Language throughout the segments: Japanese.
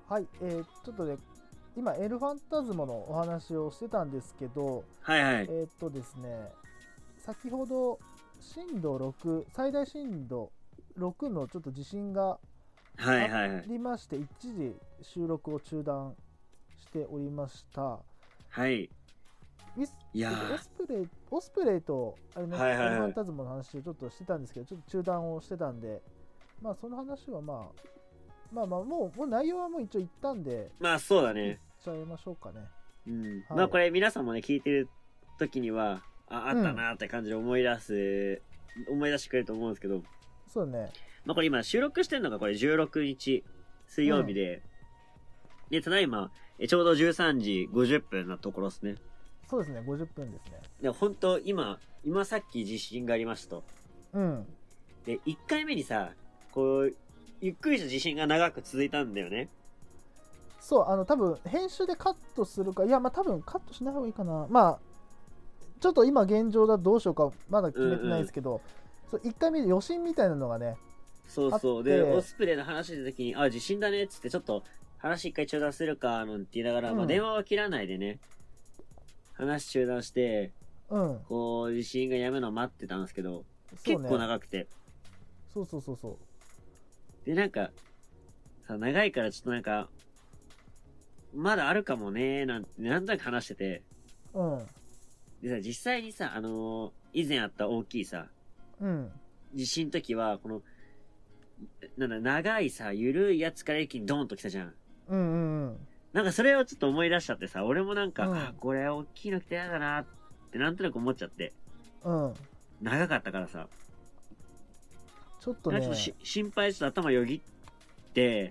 はい、ちょっとね、今、エルファンタズモのお話をしてたんですけど、 はいはい。 ですね、先ほど、震度6、最大震度6のちょっと地震があはいはいはい。 りまして、一時収録を中断しておりました。 はい。 ウィスいやオスプレイとあれ、 ー。 ね、 はいはいはい。 エルファンタズモの話をちょっとしてたんですけど、ちょっと中断をしてたんで、まあ、その話はもう内容はもう一応言ったんで、 まあそうだ次行っね。 ちゃいましょうかね。 うん。まはい。 あこれ皆さんもね、聞いてる時には、あったうん。 なーって感じで思い出してくれると思うんですけど、 そうね。 まあこれ今収録してるのがこれ16日水うん。 曜日で、で、ただいま、ちょうど13時50分のところですね。 そうですね。50分ですね。 で、本当今さっき地震がありましたと。 うん。 で、1回目にさ、こう、ゆっくりした地震が長く続いたんだよね。 そう、多分編集でカットするか、いや、まあ、多分カットしない方がいいかな。まあ、ちょっと今現状だとどうしようか、まだ決めてないうんうん。 ですけど、そう1回目で余震みたいなのがね、あっそうそう。で、オて、 スプレイの話した時に、あ、地震だねっつって、ちょっと話一回中断するか、なんて言いながら、まあ電うん、 話は切らないでね、話中断して、 うん、 こう、地震が止むのを待ってたんですけど、結構そうね、 長くて。 そうそうそうそで、なんか、さ、長いからちょっとなんか、まだあるかもねなんて、なんとなく話してて。 う、うん、 でさ、実際にさ、以前あった大きいさ、 うん、 地震の時は、この、なんだ、長いさ、ゆるいやつから一気にドーンと来たじゃん。 うん、うん、 なんかそれをちょっと思い出しちゃってさ、俺もなんか、あ、 うん、 これ大きいの来てやだなってなんとなく思っちゃって。 うん、 長かったからさ。 ちょっとね、 なんかちょっと心配して頭よぎって、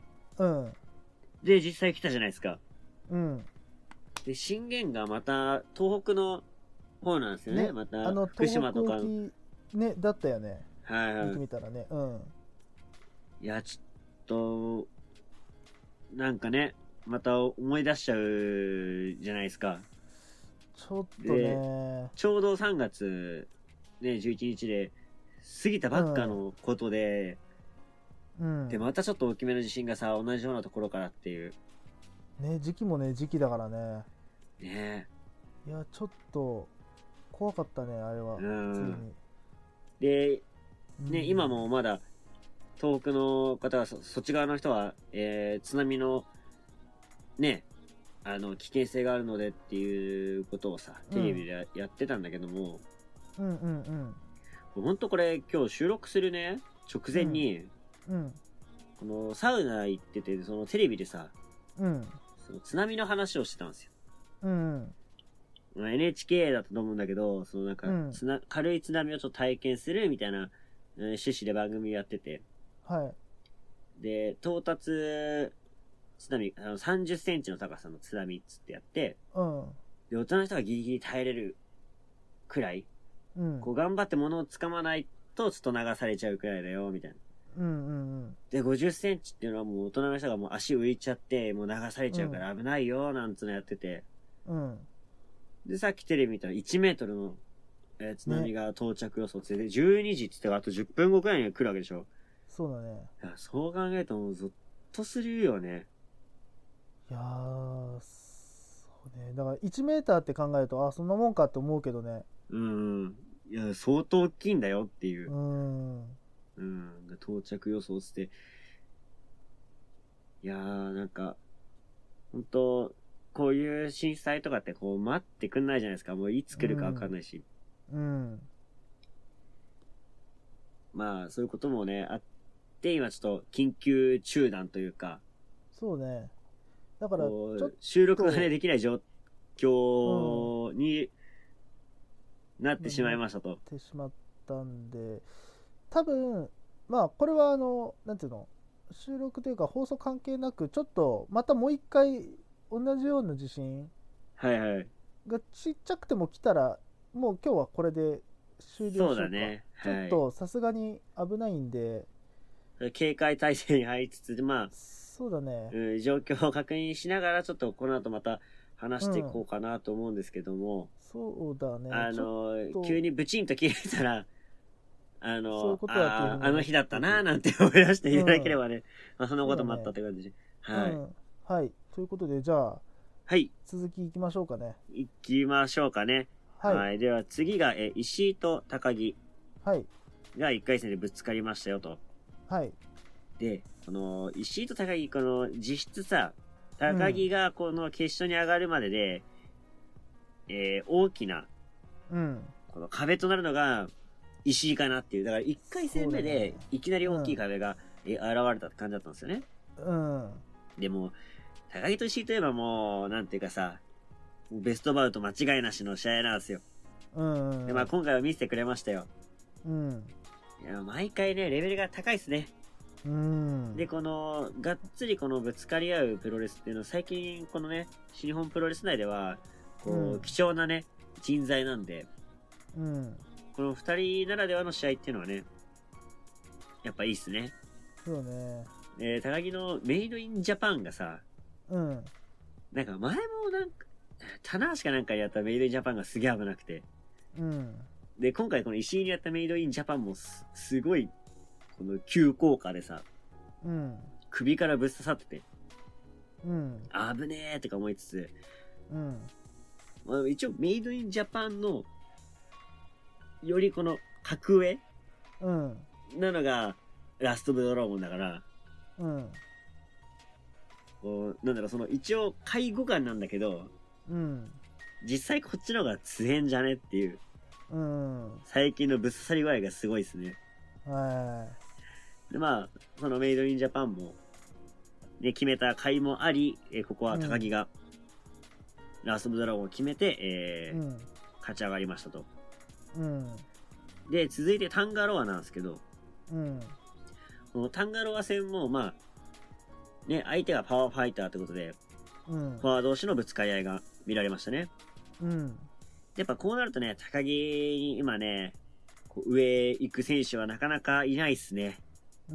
うん、 で、実際来たじゃないですか。 うん、 で、震源がまた、東北の方なんですよね。 ね、 また、福東北島とかの。 沖、ね、だったよね、よくはいはい。 見たらね、うん、 いや、ちょっと、なんかね、また思い出しちゃうじゃないですか。 ちょっとで、 ね、 ちょうど3月、ね、11日で、過ぎたばっかうん、 のことで、で、 うん、 またちょっと大きめの地震がさ、同じようなところからっていう。 ね、時期もね、時期だからね、 ねいや、ちょっと怖かったね、あれは、 え。う普通ん。 に。 で、ね、今うん、 もまだ、東北の方はそっち側の人は、津波の、ね、危険性があるのでっていうことをさ、テレビうん、 でやってたんだけども、 うん、うん、 ほんとこれ今日収録するね、直うん、 前に、 うん、 このサウナ行ってて、そのテレビでさ、 うん、 その津波の話をしてたんですよ。 うん、 まあ NHK だったと思うんだけど、そのなんか、 うん、 軽い津波をちょっと体験するみたいな、趣旨で番組やってて、 はい、 で、到達津波、30センチの高さの津波っつってやって、 うん、 で、大人の人がギリギリ耐えれるくらい、 うん、 こう頑張って物を掴まないとちょっと流されちゃうくらいだよ、みたいな。 うん、うん、 で、50センチっていうのはもう大人の人がもう足浮いちゃって、もう流されうん、 ちゃうから危ないよ、なんつうのやってて。 うん、 で、さっきテレビ見たら1メートルの、津ね、 波が到着予想ってで、12時って言ってあと10分後くらいには来るわけでしょ。 そうだね。 いやそう考えるともうゾッとするよね。 いやー、そうね。だから1メーターって考えると、あ、そんなもんかって思うけどね。 うん。いや、相当大きいんだよっていうう。 ん、 うん。到着予想して。いやー、なんか、本当こういう震災とかってこう待ってくんないじゃないですか。もういつ来るかわかんうん、 ないし。 うん、 まあ、そういうこともね、あって、今ちょっと緊急中断というか、 そうね。だから、ちょっこう、収録がね、 と、 できない状うん、 況になってしまなっいましたと。 てしまったんで、多分、まあ、これはなんていうの、収録というか放送関係なく、ちょっと、またもう一回、同じような地震はいはい。 がちっちゃくても来たら、もう今日はこれで終了そうしようか。 だね。 ちょっはい。 とさすがに危ないんで、 警戒態勢に入りつつ、まあ、 そうだね。 状況を確認しながら、ちょっとこの後また話していうん。 こうかなと思うんですけども、 そうだね。ちょっと、 急にブチンと切れたら、 そういうことだっていうふうにあの思っ日だったなーとく。 なんて思い出していただけれうん。 ばね、まあそんなこともあったそうだね。 って感じで。はい。 うん。 はい。ということで、じゃあ、 はい。 続きいきましょうかね。 行きましょうかね。 はい。 では次が、石井と高木はい。 が1回戦でぶつかりましたよと。 はい。 で、この、石井と高木、この、実質さ、高木がこの決勝に上がるまでで、大きな、 うん。 この壁となるのが、石井かなっていう。だから1回戦目で、いきなり大きい壁が、現れたって感じだったんですよね。 うん。 でも、高木と石井といえばもう、なんていうかさ、ベストバウト間違いなしの試合なんですよ。 うん。 で、まあ今回は見せてくれましたよ。 うん。 いや、毎回ね、レベルが高いっすね。 うん。 で、この、がっつりこのぶつかり合うプロレスっていうのは、最近このね、新日本プロレス内では、こう、貴重なね、人材なんで、 うん。 この二人ならではの試合っていうのはね、やっぱいいっすね。 そうね。 高木のメイドインジャパンがさ、 うん。 なんか前もなんか、棚橋かなんかやったメイドインジャパンがすげえ危なくて。 うん。 で、今回この石井にやったメイドインジャパンもすごい、この急降下でさ、 うん。 首からぶっ刺さってて、 うん。 危ねーとか思いつつ、 うん。 まあ、一応メイドインジャパンの、よりこの格上うん。 なのが、ラストブドラゴンだから、 うん。 こう、なんだろう、その一応介護官なんだけど、 うん。 実際こっちの方が強えんじゃねっていう、 うん。 最近のぶっ刺さり具合がすごいですね。 はで、まあ、そのメイドインジャパンも、ね、決めた甲斐もあり、ここは高木が、ラストオブドラゴンを決めて、 い。うん。 勝ち上がりましたと。 うん。 で、続いてタンガロアなんですけど、 うん。 このタンガロア戦も、まあ、ね、相手がパワーファイターってことで、 うん。 パワー同士のぶつかり合いが見られましたね。 うん。 やっぱこうなるとね、高木に今ね、こう上行く選手はなかなかいないっすね。 うん。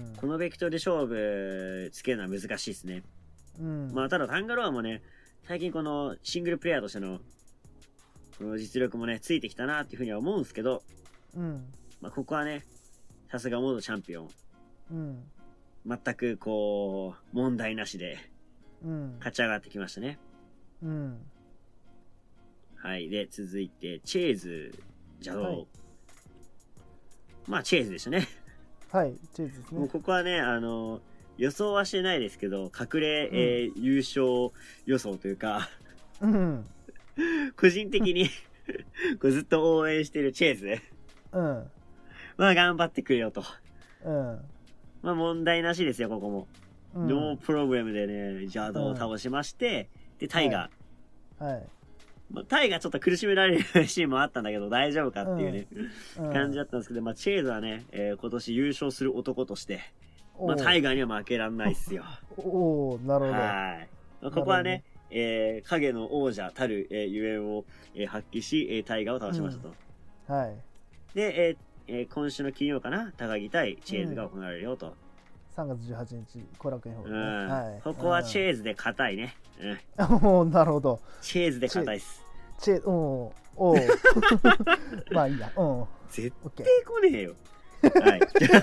このベクトルで勝負つけるのは難しいっすね。 うん。 まあ、ただタンガロアもね、最近このシングルプレイヤーとしての、この実力もね、ついてきたなっていうふうには思うんですけど、 うん。 まあ、ここはね、さすが元チャンピオン。 うん。 全くこう、問題なしでうん。 勝ち上がってきましたね。 うん。 はい。で、続いて、チェーズ邪道。 はい、 まあ、チェーズでしたね。 はい、チェーズですね。 もうここはね、予想はしてないですけど、隠れ、優勝予想というか、 うん。 個人的にこうずっと応援してるチェーズ。 うん。 まあ、頑張ってくれよと。 うん。 まあ、問題なしですよ、ここも。 うん、 ノープログラムでね、邪道を倒しまして、で、タイガー。 はい。 まあ、タイがちょっと苦しめられるシーンもあったんだけど、大丈夫かっていうね、感じだったんですけど、まあ、チェーズはね、今年優勝する男として、まあ、タイガーには負けらんないっすよ。 おー、なるほど。 はい。まあ、ここはね、影の王者たる、ゆえんを、発揮し、タイガーを倒しましたと。 はい。 で、今週の金曜かな、高木対チェーズが行われるよと。 3月18日、後楽園ホールね。はい。 ここはチェーズで硬いね。 おー、なるほど。 チェーズで硬いっす。 おー。まあいいや。 絶対来ねえよ。はい。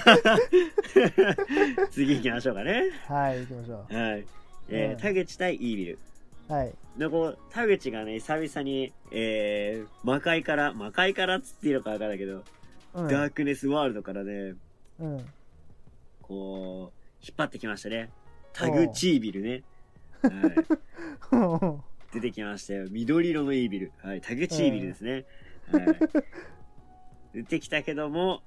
次行きましょうかね。 はい、行きましょう。 はい。田口対イービル。 はい。 で、こう、田口がね、久々に、魔界からっつっていいのかわからないけど、ダークネスワールドからね、こう、引っ張ってきましたね。タグチービルね。はい。出てきましたよ。緑色のイービル。はい。タグチービルですね。はい。出てきたけども、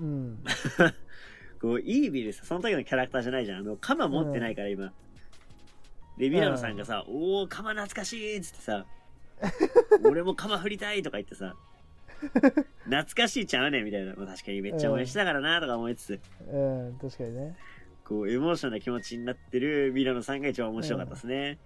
こう、イービルさ、その時のキャラクターじゃないじゃん。カマ持ってないから、今。で、ミラノさんがさ、おー、カマ懐かしいっつってさ、俺もカマ振りたいとか言ってさ、懐かしいちゃうねんみたいな。確かにめっちゃ応援してたからなとか思いつつ。 確かにね。 こう、エモーショナルな気持ちになってるミラノさんが一番面白かったですね。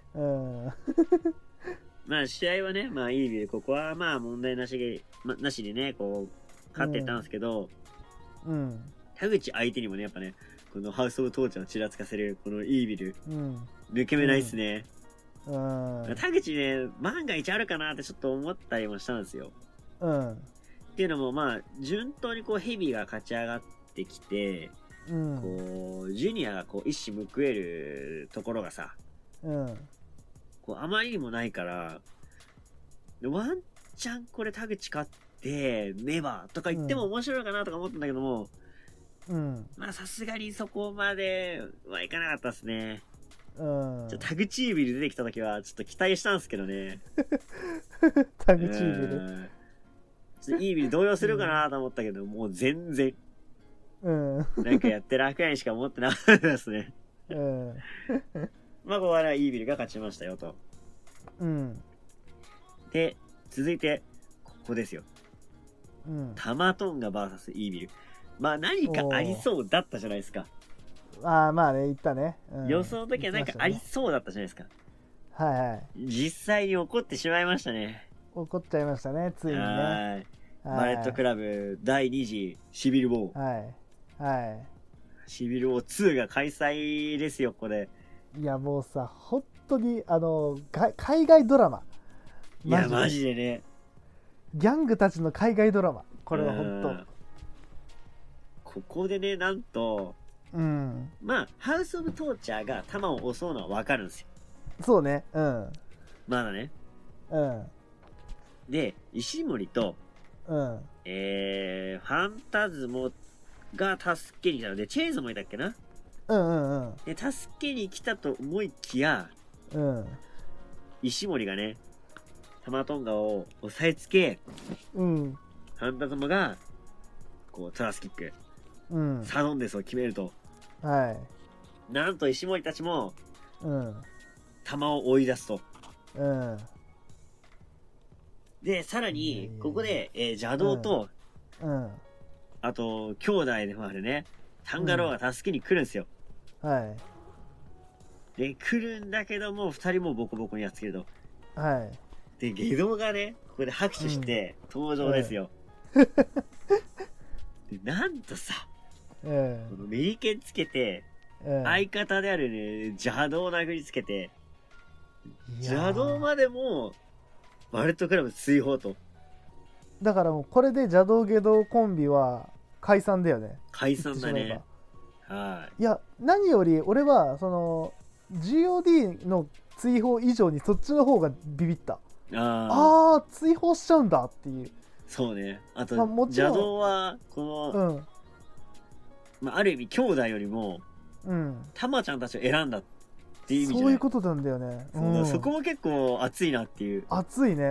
まあ、試合はね、まあ、いい意味で、ここはまあ、問題なしにね、こう、勝っていったんですけど、田口相手にもね、やっぱね、このハウス・オブ・トーチャーをちらつかせる、このイービル、抜け目ないっすね。田口ね、万が一あるかなってちょっと思ったりもしたんですよ。っていうのも、まあ、順当にこう、ヘビーが勝ち上がってきて、 こうジュニアがこう一矢報えるところがさ、こうあまりにもないから、ワンチャンこれ田口勝ってネバーとか言っても面白いかなとか思ったんだけども、まあさすがにそこまではいかなかったですね。田口イービル出てきた時はちょっと期待したんですけどね。 田口イービルちょっとイービル動揺するかなと思ったけど、もう全然なんかやって楽屋にしか思ってなかったですね。まあここはイービルが勝ちましたよと。で続いてここですよ。タマトンガ VS イービル。まあ何かありそうだったじゃないですか。 まあね、言ったね。 予想の時はなんかありそうだったじゃないですか。 はいはい。 実際に起こってしまいましたね。 起こっちゃいましたね、ついにね。 バレットクラブ第2次シビルウォー。シビルウォー2が開催ですよ、これ。 いやもうさ、本当に海外ドラマ。 いやマジでね。 ギャングたちの海外ドラマ。これは本当。 ここでね、なんと、まあハウス・オブ・トーチャーが弾を襲うのは分かるんですよ。 そうね。 まだね。で石森と、ファンタズモが助けに来たので、チェイズもいたっけな。で助けに来たと思いきや、石森がねタマトンガを押さえつけ、ファンタズモがこうトラスキック、サドンデスを決めると、なんと石森たちも、弾を追い出すと。でさらにここで、邪道と、あと兄弟でもあるねタンガローが助けに来るんですよ。で来るんだけども2人もボコボコにやっつけると。でゲドがねここで拍手して登場ですよ。でなんとさ、このメリケンつけて、相方であるね邪道を殴りつけて、邪道までもバレットクラブ追放と。 だからもうこれで邪道ゲドコンビは解散だよね。 解散だね。 いや何より俺はその GOD の追放以上にそっちの方がビビった。追放しちゃうんだっていう。 そうね。あと、邪道はこの、ある意味兄弟よりもタマちゃんたちを選んだっていう意味じゃない。 そういうことなんだよね。 そこも結構熱いなっていう。 熱いね。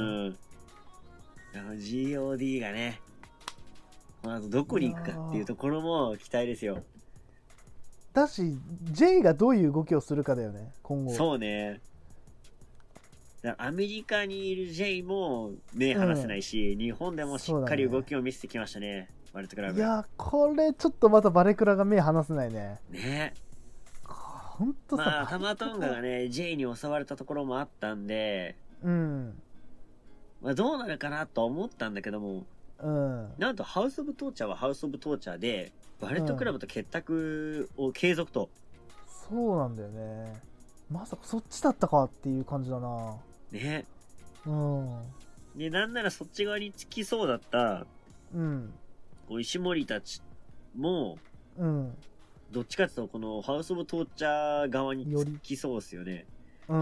GOD がねこの後どこに行くかっていうところも期待ですよ。 だし J がどういう動きをするかだよね今後。 そうね。アメリカにいる J も目離せないし、日本でもしっかり動きを見せてきましたね、バレットクラブ。 いやこれちょっとまたバレクラが目離せないね。ほんとさ、 タマトンガがね J に襲われたところもあったんで、どうなるかなと思ったんだけども、なんとハウス・オブ・トーチャーはハウス・オブ・トーチャーでバレットクラブと結託を継続と。 そうなんだよね。まさかそっちだったかっていう感じだな。 ね。でなんならそっち側につきそうだった、石森たちも、どっちかっていうとこのハウス・オブ・トーチャー側につきそうですよね。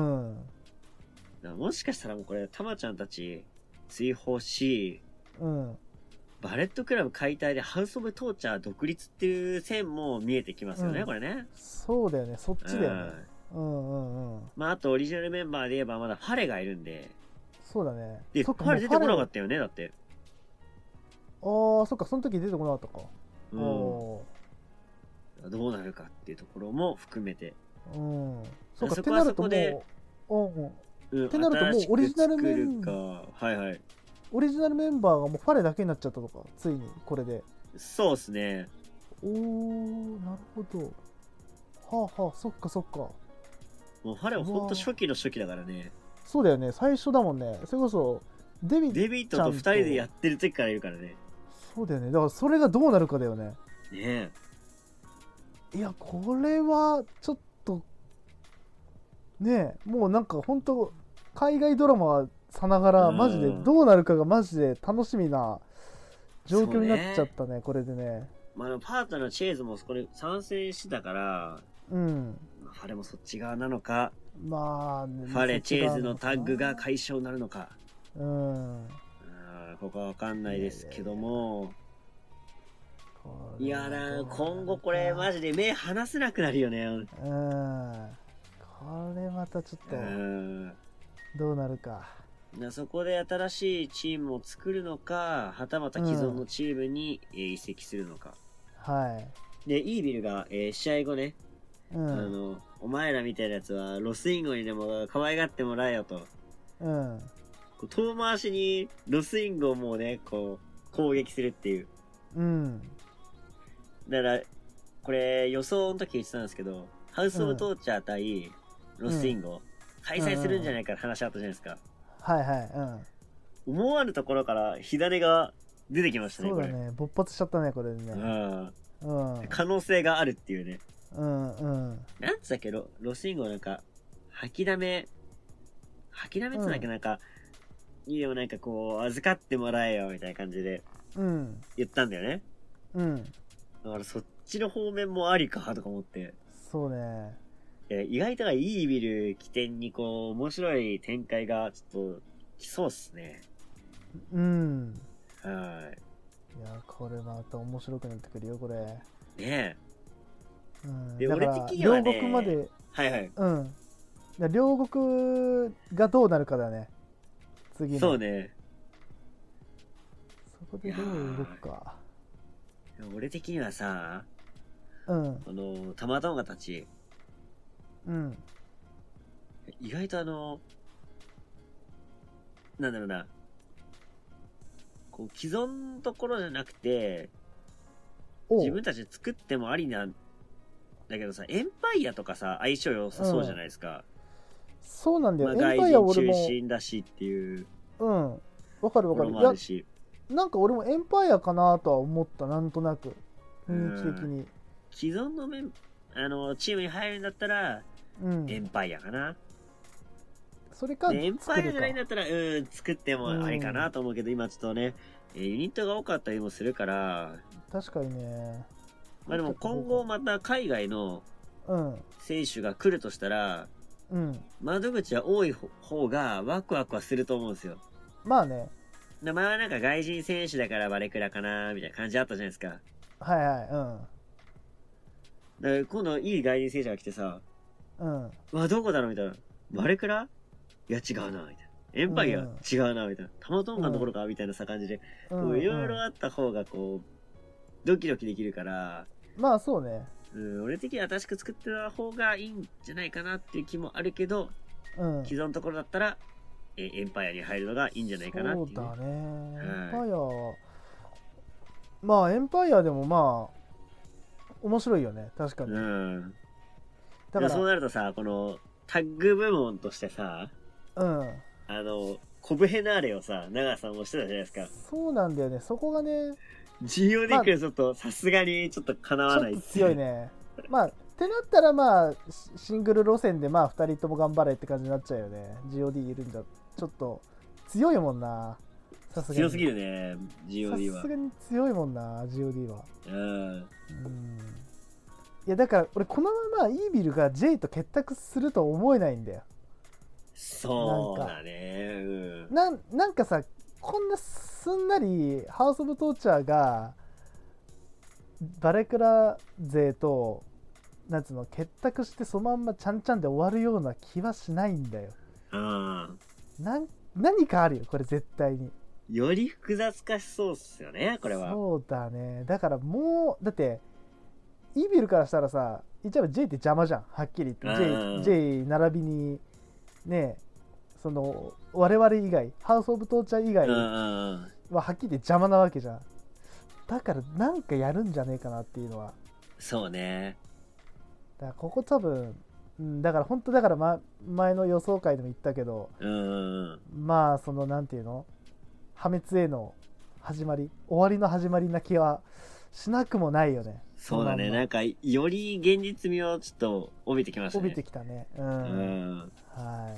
もしかしたらもうこれタマちゃんたち追放し、バレットクラブ解体でハウス・オブ・トーチャー独立っていう線も見えてきますよね、これね。 そうだよね、そっちだよね。 あとオリジナルメンバーで言えばまだファレがいるんで。 そうだね。 でファレ出てこなかったよね、だって。 そっか、その時出てこなかったか。 どうなるかっていうところも含めて。 そうか、ってなるともうってなるともうオリジナルメンバー、オリジナルメンバーがもうファレだけになっちゃったとか、ついにこれで。 そうっすね。 なるほど。そっかそっか。 もうファレはほんと初期の初期だからね。 そうだよね、最初だもんね。それこそデビットと2人でやってる時からいるからね。 そうだよね。だからそれがどうなるかだよね。 ねえ。いやこれはちょっとねえ、もうなんか本当海外ドラマさながらマジでどうなるかがマジで楽しみな状況になっちゃったね、これでね。 まあ、パートナーのチェーズもそこに参戦してたから、 うん。 ファレもそっち側なのか、 まあ、 ファレ、チェーズのタッグが解消になるのか。 うん。 ここはわかんないですけども。いやな、今後これマジで目離せなくなるよね。 うん。これまたちょっと、どうなるか。 そこで新しいチームを作るのか、はたまた既存のチームに移籍するのか。 はい。 で、イービルが、試合後ね、お前らみたいなやつはロスインゴにでも可愛がってもらえよと。遠回しにロスインゴをもうね、こう、攻撃するっていう。だから、これ予想の時言ってたんですけど、ハウス・オブ・トーチャー対ロスインゴ、開催するんじゃないかって話あったじゃないですか。 はいはい。 思わぬところから火種が出てきましたね、 そうだね。勃発しちゃったね、これね。 可能性があるっていうね。 なんつったっけ、ロスインゴなんか、吐きだめって言うんだっけ、なんか、いいよ、なんかこう、預かってもらえよ、みたいな感じで、言ったんだよね。だからそっちの方面もありか、とか思って。 そうね。 意外といいビル起点にこう、面白い展開がちょっと来そうっすね。 いや、これまた面白くなってくるよ、これ。 ねえ。で、俺的にはね、両国まで、両国がどうなるかだね。次の。 そうね。 そこでどう動くか。 俺的にはさ、たまたまたち、意外となんだろうな、こう既存のところじゃなくて、自分たちで作ってもありなんだけどさ、エンパイアとかさ、相性良さそうじゃないですか。 そうなんだよ。 エンパイア俺も中心だしっていう。 わかるわかる。いや、なんか俺もエンパイアかなとは思った、なんとなく。雰囲気的に。 既存のチームに入るんだったら、エンパイアかな。 それかエンパイアじゃないんだったら、作ってもありかなと思うけど、今ちょっとね、ユニットが多かったりもするから。 確かにね。 まあでも今後また海外の選手が来るとしたら、窓口は多い方がワクワクはすると思うんですよ。 まあね。 前はなんか外人選手だからバレクラかなみたいな感じあったじゃないですか。 はいはい、 だから今度いい外人選手が来てさ、どこだろうみたいな。バレクラいや違うな、みたいな。エンパイア違うな、みたいな。タマトンガのところかみたいなさ感じで、いろいろあった方がこう、ドキドキできるから。 まあそうね。 俺的には新しく作ってた方がいいんじゃないかなっていう気もあるけど、既存のところだったら、エンパイアに入るのがいいんじゃないかなっていう。 そうだね。エンパイア、まあエンパイアでもまあ、面白いよね。確かに。 だからそうなるとさ、この、タッグ部門としてさ、コブヘナーレをさ、長さんもしてたじゃないですか。 そうなんだよね。そこがね、 GOD くらいちょっと、さすがにちょっと叶わないっていう。 強いね。まあ、ってなったらまあ、シングル路線でまあ、2人とも頑張れって感じになっちゃうよね。GOD いるんじゃ、ちょっと、強いもんな。さすがに。 強すぎるね、GOD は。 さすがに強いもんな、GOD は。いや、だから、俺、このままイービルが J と結託すると思えないんだよ。 そうだね。 なんかさ、こんなすんなりハウス・オブ・トーチャーがバレクラ勢となんつうの結託してそのまんまちゃんちゃんで終わるような気はしないんだよ。何かあるよこれ絶対に。 より複雑化しそうっすよねこれは。 そうだね。だからもうだってイービルからしたらさ、言っちゃえば J って邪魔じゃん、はっきり言って。 J 並びにね、その我々以外ハウス・オブ・トーチャー以外ははっきり言って邪魔なわけじゃん。だからなんかやるんじゃねえかなっていうのは。 そうね。 だからここ多分、だから本当だから、前の予想会でも言ったけど、まあそのなんていうの、破滅への始まり、終わりの始まりな気はしなくもないよね。 そうだね。なんかより現実味をちょっと帯びてきましたね。 帯びてきたね。はい。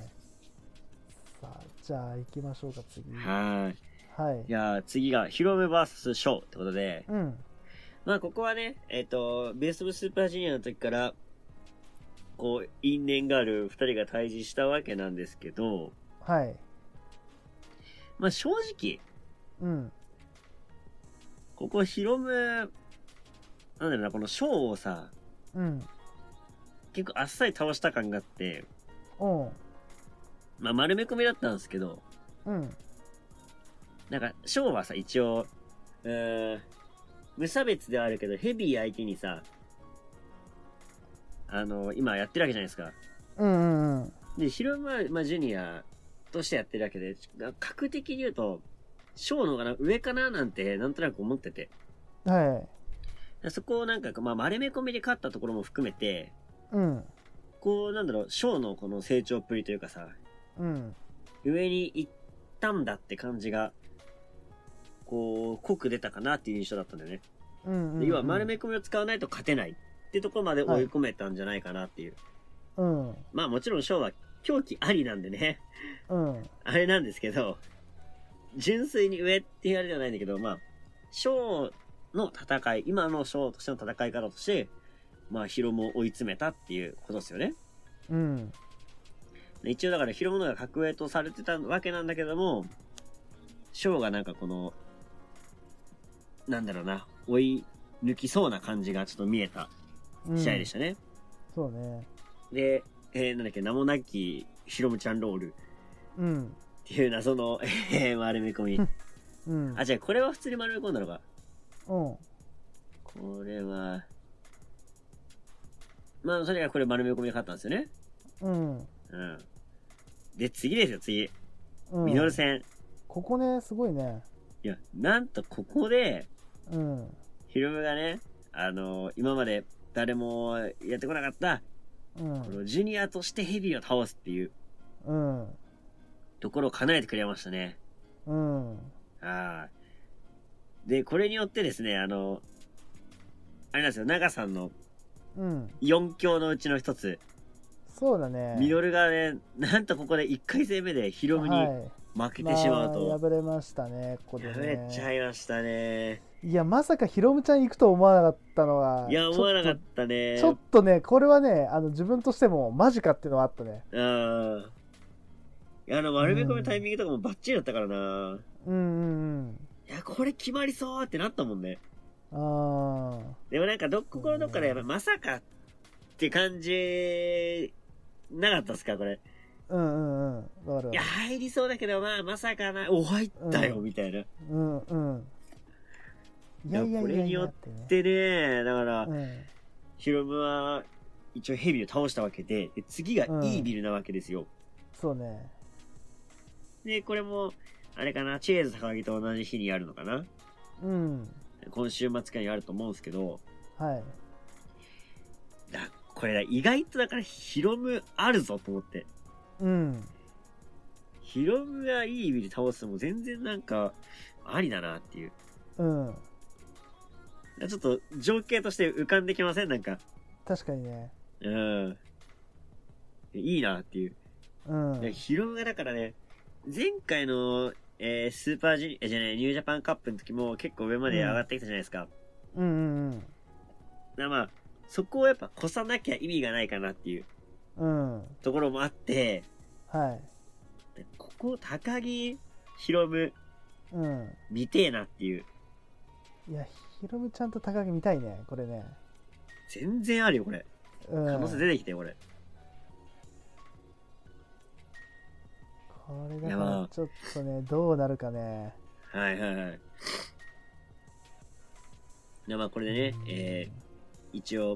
さあじゃあ行きましょうか次。 はい。いや次がヒロム VS ショーってことで、 まあ、ここはね、ベースオブスーパージュニアの時から、こう、因縁がある二人が対峙したわけなんですけど、 はい。 まあ、正直、 うん。 ここ、ヒロム、なんだろうな、このショーをさ、 うん。 結構あっさり倒した感があって、 おう。 まあ、丸め込みだったんですけど、 うん。 なんか、ショーはさ、一応、無差別ではあるけど、ヘビー相手にさ、今やってるわけじゃないですか。 うんうんうん。 で、ヒロムは、まあ、ジュニアとしてやってるわけで、格的に言うと、ショーの方が上かななんて、なんとなく思ってて。 はい。 そこをなんか、まあ、丸め込みで勝ったところも含めて、 うん。 こう、なんだろう、ショーのこの成長っぷりというかさ、 うん。 上に行ったんだって感じが、こう、濃く出たかなっていう印象だったんだよね。 うんうんうん、 で要は丸め込みを使わないと勝てないってところまで追い込めたんじゃないかなっていう。 はい、うん。 まあもちろんショーは狂気ありなんでね。 うん。 あれなんですけど、純粋に上って言われではないんだけど、まあ、ショーの戦い、今のショーとしての戦い方として、まあヒロムを追い詰めたっていうことですよね。 うん。 一応だからヒロムのが格上とされてたわけなんだけども、ショーがなんかこの、なんだろうな、追い抜きそうな感じがちょっと見えた試合でしたね。うん、 そうね。 で、なんだっけ、名もなきヒロムちゃんロール。 うん。 っていう謎の、丸め込み。うん。あ、じゃあこれは普通に丸め込んだのか。うん。これは、まあ、それがこれ丸め込みで勝ったんですよね。うん。うん。で、次ですよ、次。ミノル戦。 ここね、すごいね。 いや、なんとここで、うん。ヒロムがね、今まで誰もやってこなかった、うん。このジュニアとしてヘビーを倒すっていう、うん。ところを叶えてくれましたね。うん。ああ。で、これによってですね、あれなんですよ、長さんの、うん。4強のうちの一つ。 そうだね。 ミノルがね、なんとここで1回戦目でヒロムに負けてしまうと。 まあ、敗れましたね、ここでね。 敗れちゃいましたね。 いや、まさかヒロムちゃん行くと思わなかったのは。 いや、思わなかったね。 ちょっとね、これはね、自分としてもマジかっていうのはあったね。 うん。丸め込みタイミングとかもバッチリだったからな。うんうんうん。いや、これ決まりそうってなったもんね。ああ。でもなんかここのどっかでやっぱまさかって感じ、なかったっすか、これ。うんうんうん。わかる。いや、入りそうだけど、まさかな、入ったよ、みたいな。うんうん。いやいやいや、これによってね、だから、ヒロムは一応ヘビを倒したわけで、次がイービルなわけですよ。そうね。で、これも、あれかな、チェーズ高木と同じ日にやるのかな。うん。今週末かにあると思うんですけど、はい。これ意外とだからヒロムあるぞと思って。うん。ヒロムがいい意味で倒すのも全然なんか、ありだなっていう。うん。ちょっと情景として浮かんできません？なんか。確かにね。うん。いいなっていう。うん。ヒロムがだからね、前回の、スーパージュニアじゃない、ニュージャパンカップの時も結構上まで上がってきたじゃないですか。うんうんうん。まあ、そこをやっぱ越さなきゃ意味がないかなっていう、うん。ところもあって、はい。ここ、高木、ヒロム、うん。見てえなっていう。いや、ヒロムちゃんと高木見たいね、これね。全然あるよ、これ。うん。可能性出てきてよ、これ。これだからちょっとね、どうなるかね。はいはいはい。まあこれでね、一応、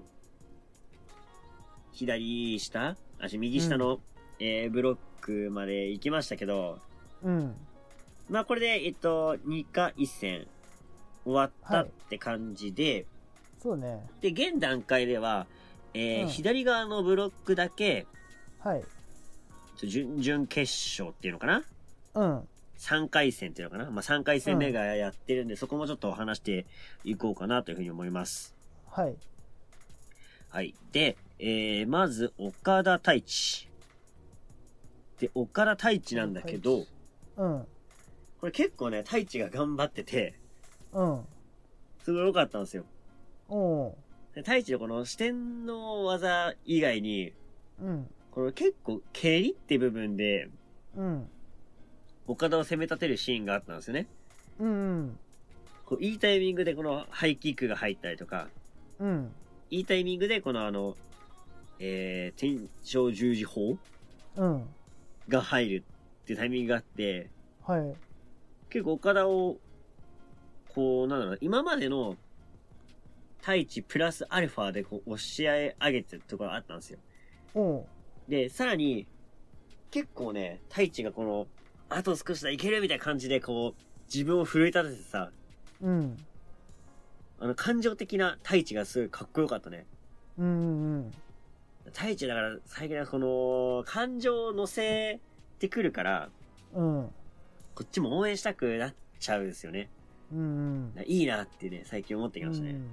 左下右下の、ブロックまで行きましたけど、うん。まあこれで、2か1戦終わったって感じで、はい、そうね。で、現段階では、左側のブロックだけ、はい。準々決勝っていうのかな、うん。3回戦っていうのかな、まあ3回戦目がやってるんで、そこもちょっと話していこうかなというふうに思います。はい。はい。で、まず、岡田太一。で、岡田太一なんだけど、うん。これ結構ね、太一が頑張ってて、うん。すごい良かったんですよ。 おう。 で太一のこの四天の技以外に、 うん。 この結構蹴りって部分で、 うん。 岡田を攻め立てるシーンがあったんですよね。 うん。 こういいタイミングでこのハイキックが入ったりとか、 うん。 いいタイミングでこの天正十字砲うん。 が入るっていうタイミングがあって、 はい。 結構岡田を、こう、なんだろう、今までの太一プラスアルファでこう押し上げてるところがあったんですよ。 おう。 で、さらに、結構ね、太一がこの、あと少しだいけるみたいな感じでこう、自分を奮い立ててさ、 うん。 感情的な太一がすごいかっこよかったね。 うん。 太一だから最近はこの、感情を乗せてくるから、 うん。 こっちも応援したくなっちゃうんですよね。 うん。 いいなってね、最近思ってきましたね。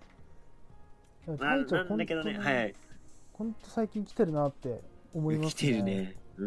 なんだけどね、はい。 ほんと最近来てるなって思いますね。 来てるね。うん。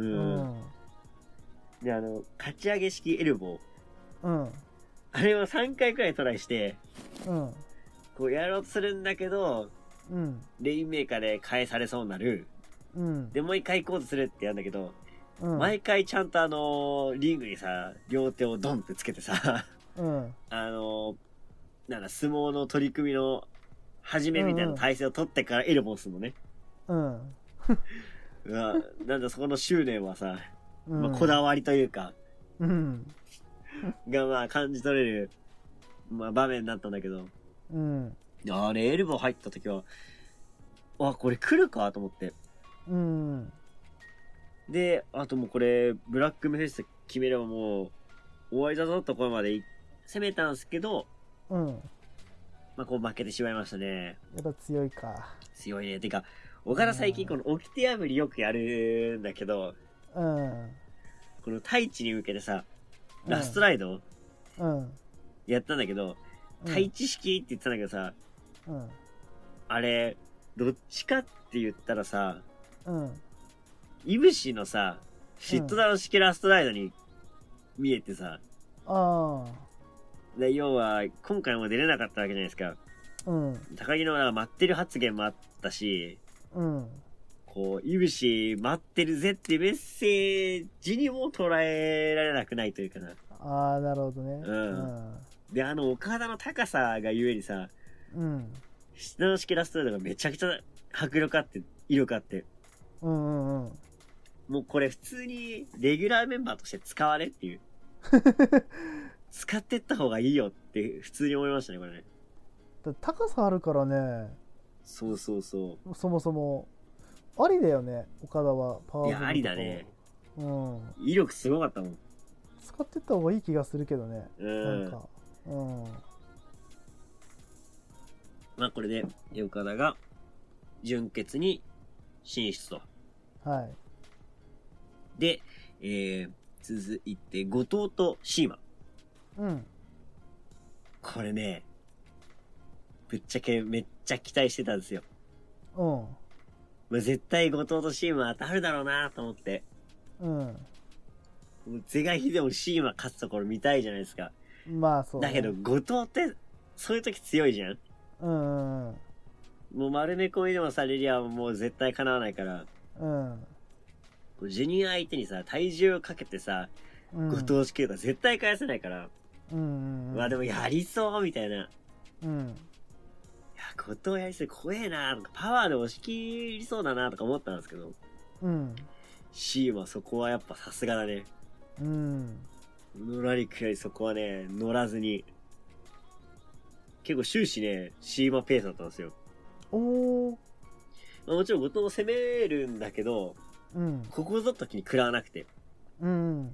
で、かち上げ式エルボー。 うん。 あれを3回くらいトライして、 うん。 こうやろうとするんだけど、 うん。 レインメーカーで返されそうになる。 うん。 で、もう一回行こうとするってやるんだけど、 うん、 毎回ちゃんとリングにさ、両手をドンってつけてさ、 うん、 なんだ、相撲の取り組みの始めみたいな体勢を取ってからエルボーするのね。 うん。 うわ、なんだそこの執念はさ、まあ、こだわりというか、 うん、 がまあ感じ取れる、まあ場面だったんだけど、 うん。 あれエルボー入った時は、あ、これ来るかと思って。 うん。 で、あともうこれ、ブラックメフェス決めればもう、終わりだぞってところまで攻めたんですけど、 うん。 まあこう負けてしまいましたね。 やっぱ強いか。 強いね。てか、岡田最近この掟破りよくやるんだけど、 うん。 この太一に向けてさ、ラストライド、 うん。 やったんだけど、太一式って言ってたんだけどさ、 うん。 あれ、どっちかって言ったらさ、 うん。 いぶしのさ、シットダウン式ラストライドに見えてさ、 ああ。 で、要は、今回も出れなかったわけじゃないですか。 うん。 高木の待ってる発言もあったし、 うん。 こう、いぶし待ってるぜっていうメッセージにも捉えられなくないというかな。 ああ、なるほどね。 うん。で、岡田の高さがゆえにさ、 うん。 シットダウン式ラストライドがめちゃくちゃ迫力あって、威力あって。 うんうんうん。 もうこれ普通にレギュラーメンバーとして使われっていう。使ってった方がいいよって普通に思いましたね、これね。 高さあるからね。 そうそうそう。そもそも、ありだよね、岡田は。 パワーいや、ありだね。 うん。 威力すごかったもん。 使ってった方がいい気がするけどね。 なんか。うん。まあこれで、岡田が、準決に進出と。 はい。 で、続いて、後藤とシーマ。 うん。 これね、ぶっちゃけめっちゃ期待してたんですよ。 うん。 まあ、絶対後藤とシーマ当たるだろうなと思って。 うん。 是が非でもシーマ勝つところ見たいじゃないですか。 まあそう、ね。 だけど、後藤って、そういう時強いじゃん。 うん。 もう丸め込みでもされりゃもう絶対叶わないから。 うん。 ジュニア相手にさ、体重をかけてさ、後藤式とか絶対返せないから。まあでもやりそうみたいな。 うん。いや、後藤やりそう怖えなとか、パワーで押し切りそうだなとか思ったんですけど。 うん。 シーマそこはやっぱさすがだね。 うん。 のらりくらいそこはね、乗らずに。結構終始ね、シーマペースだったんですよ。 おー。 まあ、もちろん後藤も攻めるんだけど、 うん。 ここぞと時に食らわなくて。 うん。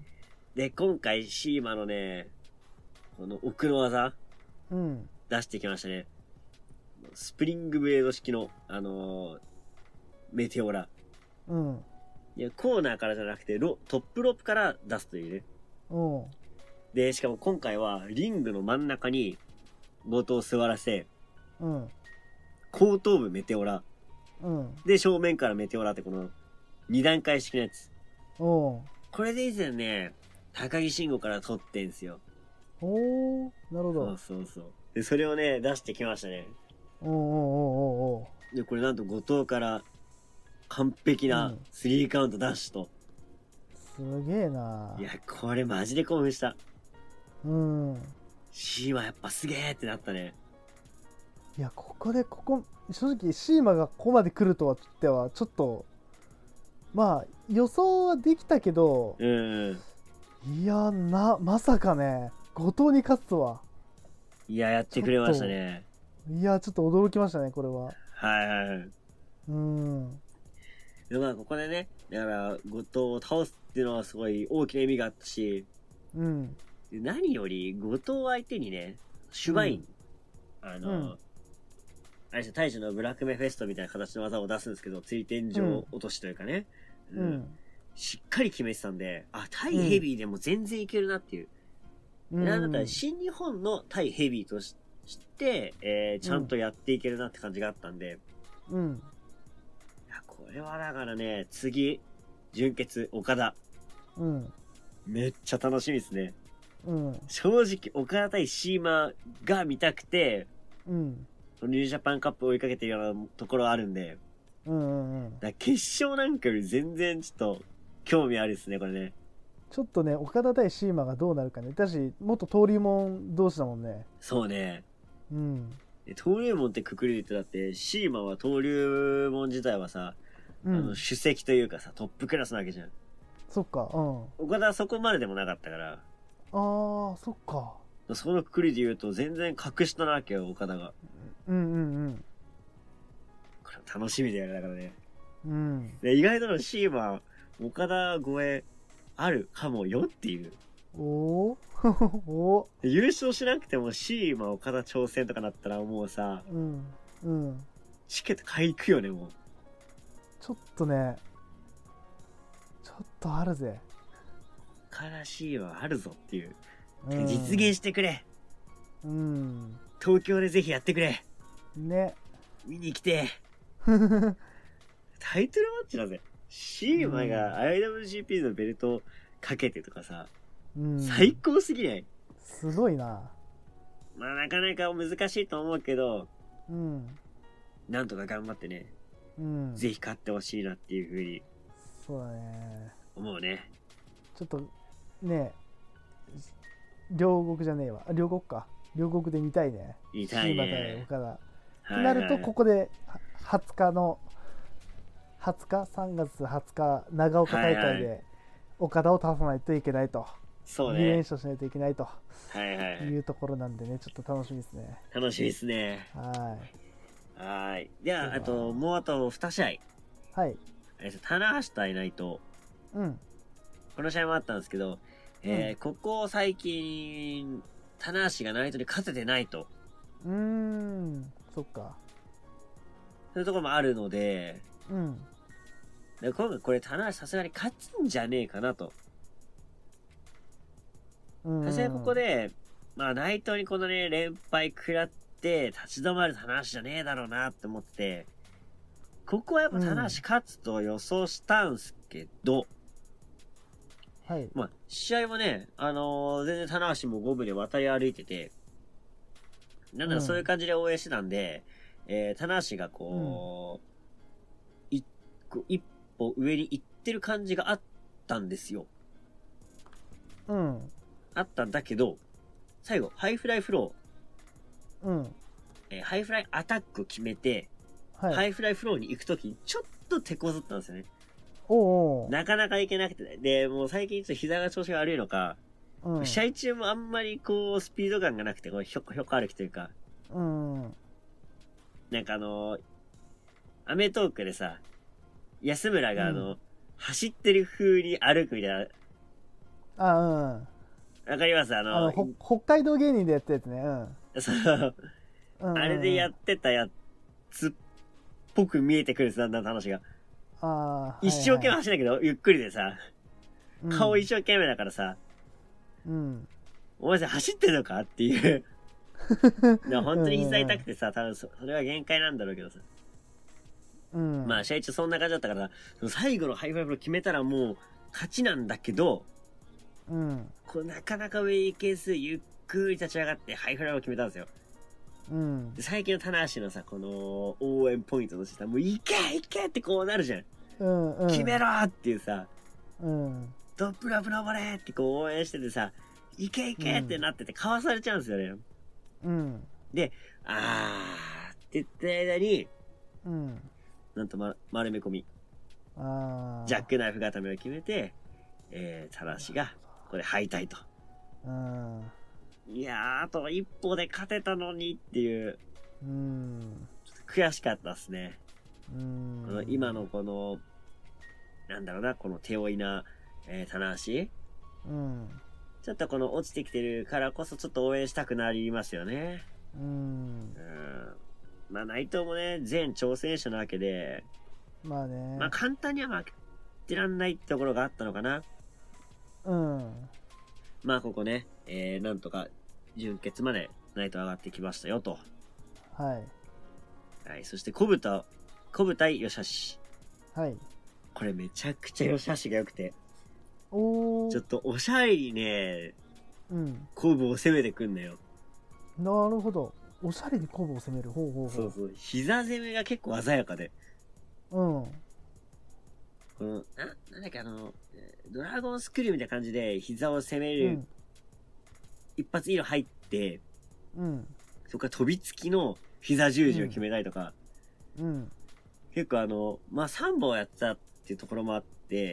で、今回シーマのね、この奥の技、 うん。 出してきましたね。スプリングブレード式の、メテオラ。 うん。 いや、コーナーからじゃなくて、トップロープから出すというね。 うん。 で、しかも今回は、リングの真ん中に、後藤を座らせ、 うん。 後頭部メテオラ。 うん。 で、正面からメテオラってこの、二段階式のやつ。 おー。 これで以前ね、高木慎吾から撮ってんすよ。 おー。なるほど。 そうそうそう。で、それをね、出してきましたね。 おうおうおうおう。 で、これなんと後藤から完璧な3カウントダッシュと。 すげえな。 いや、これマジで興奮した。 うん。 シーマやっぱすげーってなったね。 いや、ここ正直シーマがここまで来るとはちょっと、まあ予想はできたけど、 うん。 いやまさかね、後藤に勝つとは。 いや、やってくれましたね。 いや、ちょっと驚きましたね、これは。 はいはいはい。 うん。 で、まあ、ここでね、だから、後藤を倒すっていうのはすごい大きな意味があったし、 うん。 で何より、後藤相手にね、シュバイン、あれですよ、大樹のブラックメフェストみたいな形の技を出すんですけど、追天上落としというかね、しっかり決めてたんで、あ、対ヘビーでも全然いけるなっていう。なんだったら、新日本の対ヘビーとして、ちゃんとやっていけるなって感じがあったんで、いや、これはだからね、次、準決、岡田。めっちゃ楽しみですね。正直、岡田対シーマが見たくて、ニュージャパンカップ追いかけてるようなところあるんで、だ決勝なんかより全然ちょっと興味あるですね、これね。 ちょっとね、岡田対シーマがどうなるかね。だし、元登竜門同士だもんね。 そうね。登竜門ってくくりで言ってだって、シーマは登竜門自体はさ、首席というかさ、トップクラスなわけじゃん。 そっか、 岡田はそこまででもなかったから。 そっか。 そのくくりで言うと全然格下なわけよ、岡田が。これ楽しみだよね、だからね。で意外とのシーマ、岡田超えあるかもよっていう。優勝しなくてもシーマ岡田挑戦とかなったらもうさ、チケット買い行くよね、もう。 ちょっとね、ちょっとあるぜ。 岡田シーマあるぞっていう。実現してくれ。東京でぜひやってくれ。 ね。 見に来て。タイトルマッチだぜ。シーマが IWGP のベルトかけてとかさ、最高すぎない？ すごいな。 まあなかなか難しいと思うけど、なんとか頑張ってね、ぜひ勝ってほしいなっていう風に、 そうだね。 思うね。 ちょっとね、両国じゃねえわ。両国か。両国で見たいね。 見たいね。 シーマ対岡田。ってなると、ここで20日の3月20日長岡大会で岡田を倒さないといけないと、 そうね、 2連勝しないといけないというところなんでね、ちょっと楽しみですね。 楽しみですね。はい。では、もうあと2試合。はい。棚橋対内藤。この試合もあったんですけど、ここ最近、棚橋が内藤に勝ててないと。 そっか。 そういうところもあるので、で今回これ棚橋さすがに勝つんじゃねえかなと。さすがにここで、まあ内藤にこのね、連敗食らって立ち止まる棚橋じゃねえだろうなって思って、ここはやっぱ棚橋勝つと予想したんすけど、まあ試合はね、全然棚橋も五分で渡り歩いてて、なんだろう、そういう感じで応援してたんで、棚橋がこう、一歩上に行ってる感じがあったんですよ。あったんだけど、最後、ハイフライフロー。ハイフライアタック決めて、ハイフライフローに行くときにちょっと手こずったんですよね。なかなか行けなくて、で、もう最近ちょっと膝が調子が悪いのか、試合中もあんまりこう、スピード感がなくて、こうひょこ歩きというか、なんかアメトーークでさ、安村が走ってる風に歩くみたいな。わかります？ 北海道芸人でやったやつね。 そう。あれでやってたやつっぽく見えてくるんです、だんだん話が。一生懸命走るんだけど、ゆっくりでさ、顔一生懸命だからさ、お前さ、走ってんのかっていう。本当に膝痛くてさ、多分それは限界なんだろうけどさ。まあ試合中そんな感じだったから、最後のハイフライフロー決めたらもう勝ちなんだけど、こうなかなか上行けずゆっくり立ち上がってハイフライを決めたんですよ。 うん。 で最近の棚橋のさ、この応援ポイントとしてさ、もういけいけってこうなるじゃん。 うんうん。 決めろっていうさ、 うん。 トップロープ登れってこう応援しててさ、いけいけってなっててかわされちゃうんですよね。 うん。 で、あーって言った間に、 うん。 なんと、丸め込み。 あジャックナイフ固めを決めて、棚橋が、これ敗退と。 うん。 いやー、あと一歩で勝てたのにっていう、 うん。 ちょっと悔しかったっすね。 うん。 この今のこの、なんだろうな、この手負いな、棚橋。 うん。 ちょっとこの落ちてきてるからこそちょっと応援したくなりますよね。 うん。 まあ内藤もね、全挑戦者なわけで、 まあね。 まあ簡単には負けてらんないってところがあったのかな。 うん。 まあここね、なんとか準決までナイト上がってきましたよと。 はい。 はい。そして小豚対吉橋。 はい。 これめちゃくちゃ吉橋が良くて。 おー。 ちょっとおしゃれにね、 うん。 コブを攻めてくんだよ。 なるほど。おしゃれにコブを攻める。ほうほうほう。 そうそう。膝攻めが結構鮮やかで。 うん。 この、なんだっけドラゴンスクリューみたいな感じで膝を攻める、 うん、 一発色入って、 うん。 そこから飛びつきの膝十字を決めたりとか、 うん。 結構まあ、3本やったっていうところもあって、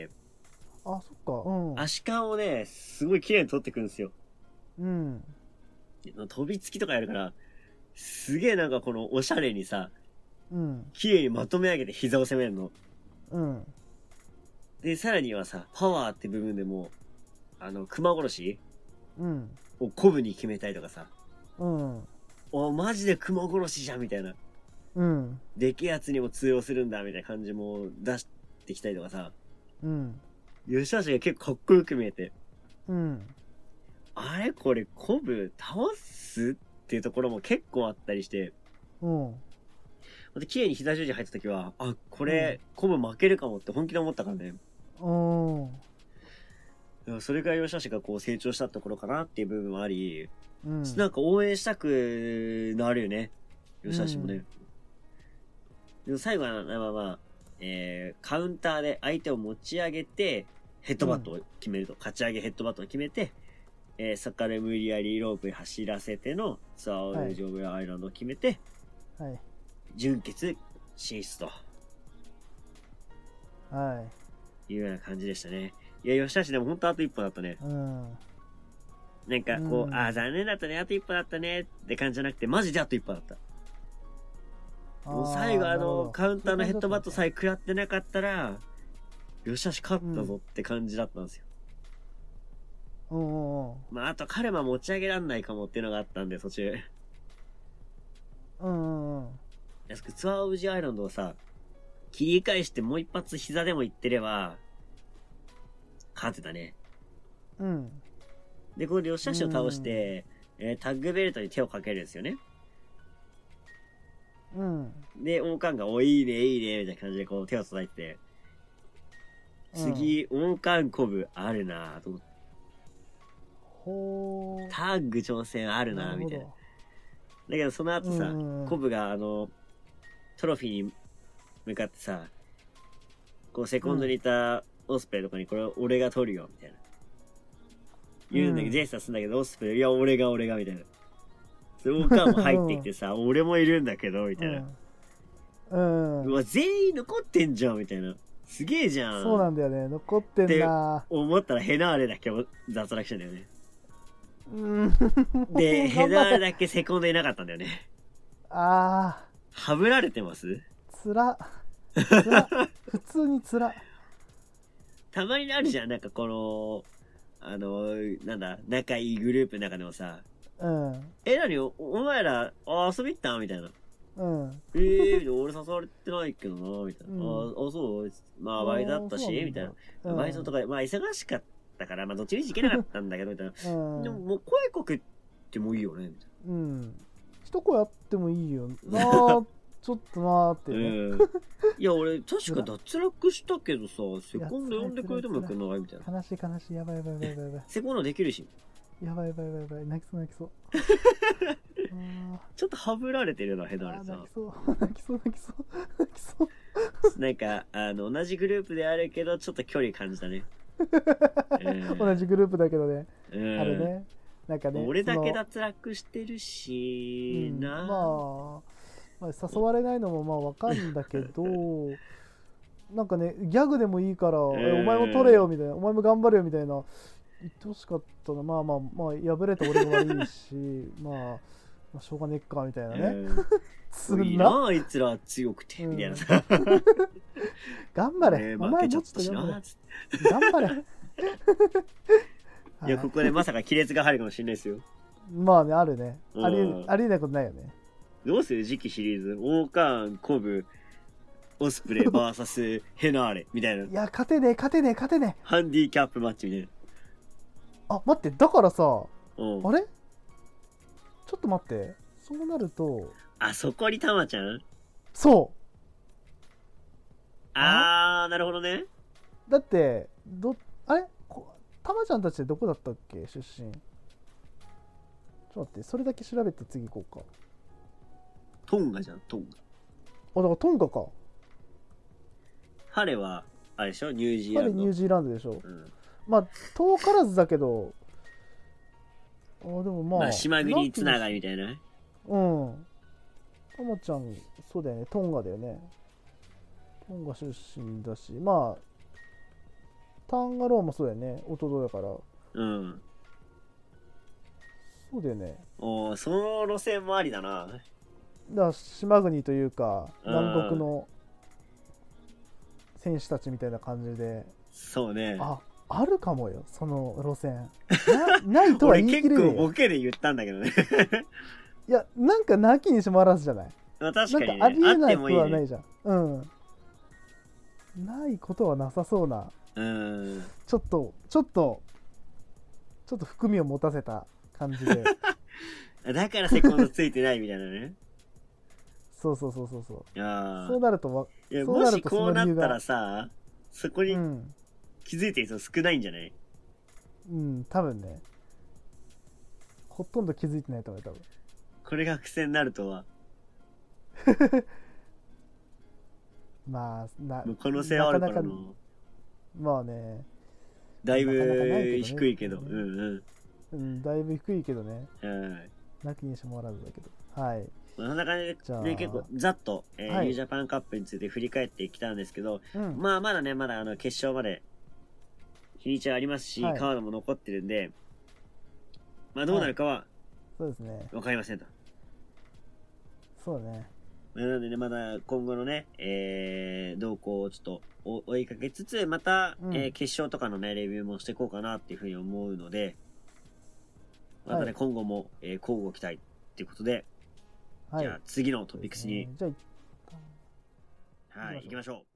あ、そっか。うん。 足感をね、すごい綺麗に取ってくるんですよ。 うん。 飛びつきとかやるから、すげえなんかこのおしゃれにさ、 うん。 綺麗にまとめ上げて膝を攻めるの。 うん。 で、さらにはさ、パワーって部分でも、熊殺しうん。 をコブに決めたりとかさ、 うん。 マジで熊殺しじゃんみたいな。 うん。 でけえやつにも通用するんだみたいな感じも出してきたりとかさ、 うん。 吉橋が結構かっこよく見えて、 うん。 あれこれコブ倒すっていうところも結構あったりして、 うん。 で、綺麗に膝十字入った時は、あ、これ、コブ負けるかもって本気で思ったからね。それぐらい吉橋がこう成長したところかなっていう部分もあり、 うん。 なんか応援したくなるよね。吉橋もね。でも最後は、カウンターで相手を持ち上げて、ヘッドバットを決めると。勝ち上げヘッドバットを決めて、そこから無理やりロープに走らせてのツアーオールジョブアイランドを決めて、 はい。 準決進出と。 はいうような感じでしたね。いや、吉橋でも本当あと一歩だったね。 い。うん。 なんかこう、残念だったね、あと一歩だったねって感じじゃなくて、マジであと一歩だった。もう最後カウンターのヘッドバットさえ食らってなかったら、吉橋勝ったぞって感じだったんですよ。まあ、あと彼は持ち上げらんないかもっていうのがあったんで、途中。ツアーオブジアイランドをさ、切り返してもう一発膝でもいってれば、勝ってたね。 うん。 で、これで吉橋を倒して、タッグベルトに手をかけるんですよね。 うん。 で、王冠が、いいね、いいね、みたいな感じでこう手を叩いて、次、王冠コブあるなぁと思って。 ほー。 タッグ挑戦あるなぁみたいな。だけどその後さ、コブがトロフィーに向かってさ、こうセコンドにいたオスプレイとかにこれ俺が取るよ、みたいな。言うんだけど、ジェイスタすんだけど、オスプレイ、いや、俺が、みたいな。それ王冠も入ってきてさ、俺もいるんだけど、みたいな。うわ、全員残ってんじゃん、みたいな。すげえじゃん。 そうなんだよね。残ってんなって思ったらヘナーレだけ脱落したんだよね。 うん。 で、ヘナーレだけセコンドいなかったんだよね。 あはぶられてますつら。普通につら。 たまにあるじゃん。なんかこの、なんだ、仲いいグループの中でもさ、何お前ら、遊び行ったみたいな。俺誘われてないけどな、みたいな。そう、まあ、バイトだったし、みたいな。バイトとか、まあ、忙しかったから、まあ、どっちみち行けなかったんだけど、みたいな。でも、もう声かけてもいいよね、みたいな。 一声あってもいいよ。ちょっとなーってね。 いや、俺、確か脱落したけどさ、セコンド呼んでくれてもよくないみたいな。 悲しい。やばい。 セコンドできるし。 やばい。泣きそう。 ちょっとはぶられてるな、ヘナーレさん。 泣きそう、泣きそう、泣きそう、泣きそう。 なんか、同じグループであるけど、ちょっと距離感じたね。 同じグループだけどね。 うん、 あれね。なんかね。 俺だけ脱落してるし、 まあ、誘われないのもまあわかるんだけど、なんかね、ギャグでもいいから、お前も取れよみたいな、お前も頑張れよみたいな、言ってほしかったな。まあ、敗れた俺が悪いし、まあ、しょうがねえかみたいなね。 いいなあいつら強くて、みたいなさ。 頑張れ、お前もちょっと頑張れ。 いや、ここでまさか亀裂が入るかもしれないですよ。 まあね、あるね。ありえないことないよね。 どうする次期シリーズ、オーカーン、コブ、オスプレイ VS ヘナーレみたいな。 いや、勝てねえ。 ハンディキャップマッチみたいな。 あ、待って、だからさ、 あれちょっと待って。そうなると。 あそこにタマちゃんそう。 なるほどね。 だって、あれタマちゃんたちってどこだったっけ出身。ちょっと待って、それだけ調べて次行こうか。 トンガじゃん、トンガ。 だからトンガか。 ハレは、あれでしょニュージーランド。 ハレニュージーランドでしょ。 うん、 まあ、遠からずだけど、でもまあ。 島国つながりみたいな。 うん。タマちゃん、そうだよね。トンガだよね。トンガ出身だし、まあ、タンガローもそうだよね。弟だから。 うん。 そうだよね。 その路線もありだな。 だから島国というか、南国の選手たちみたいな感じで。 そうね。 あるかもよ、その路線。ないとは言い切れない。 俺結構ボケで言ったんだけどね。 いや、なんかなきにしもあらずじゃない。 まあ確かに、ね、 なんかありえないことはないじゃん。うん。ないことはなさそうな。ちょっと含みを持たせた感じで。 だからセコンドついてないみたいなね。 そう。そうなるといや、もしこうなったらさ、そこに気づいてる人少ないんじゃない？ 多分ね。ほとんど気づいてないと思う、多分。 これが苦戦になるとは。 まあ、 可能性はあるからな。 まあね。 だいぶ低いけど。 だいぶ低いけどね。 はい。 なきにしもあらずだけど。はい。 そんな感じで、ね、結構ざっと、ニュージャパンカップについて振り返ってきたんですけど、まあまだね、決勝まで日にちはありますし、カードも残ってるんで、まあどうなるかは、 そうですね。 わかりませんと。 そうね。 なのでね、まだ今後のね、動向をちょっと追いかけつつ、また、決勝とかのね、レビューもしていこうかなっていうふうに思うので、またね、今後も、交互期待っていうことで、じゃあ次のトピックスに、はい、行きましょう。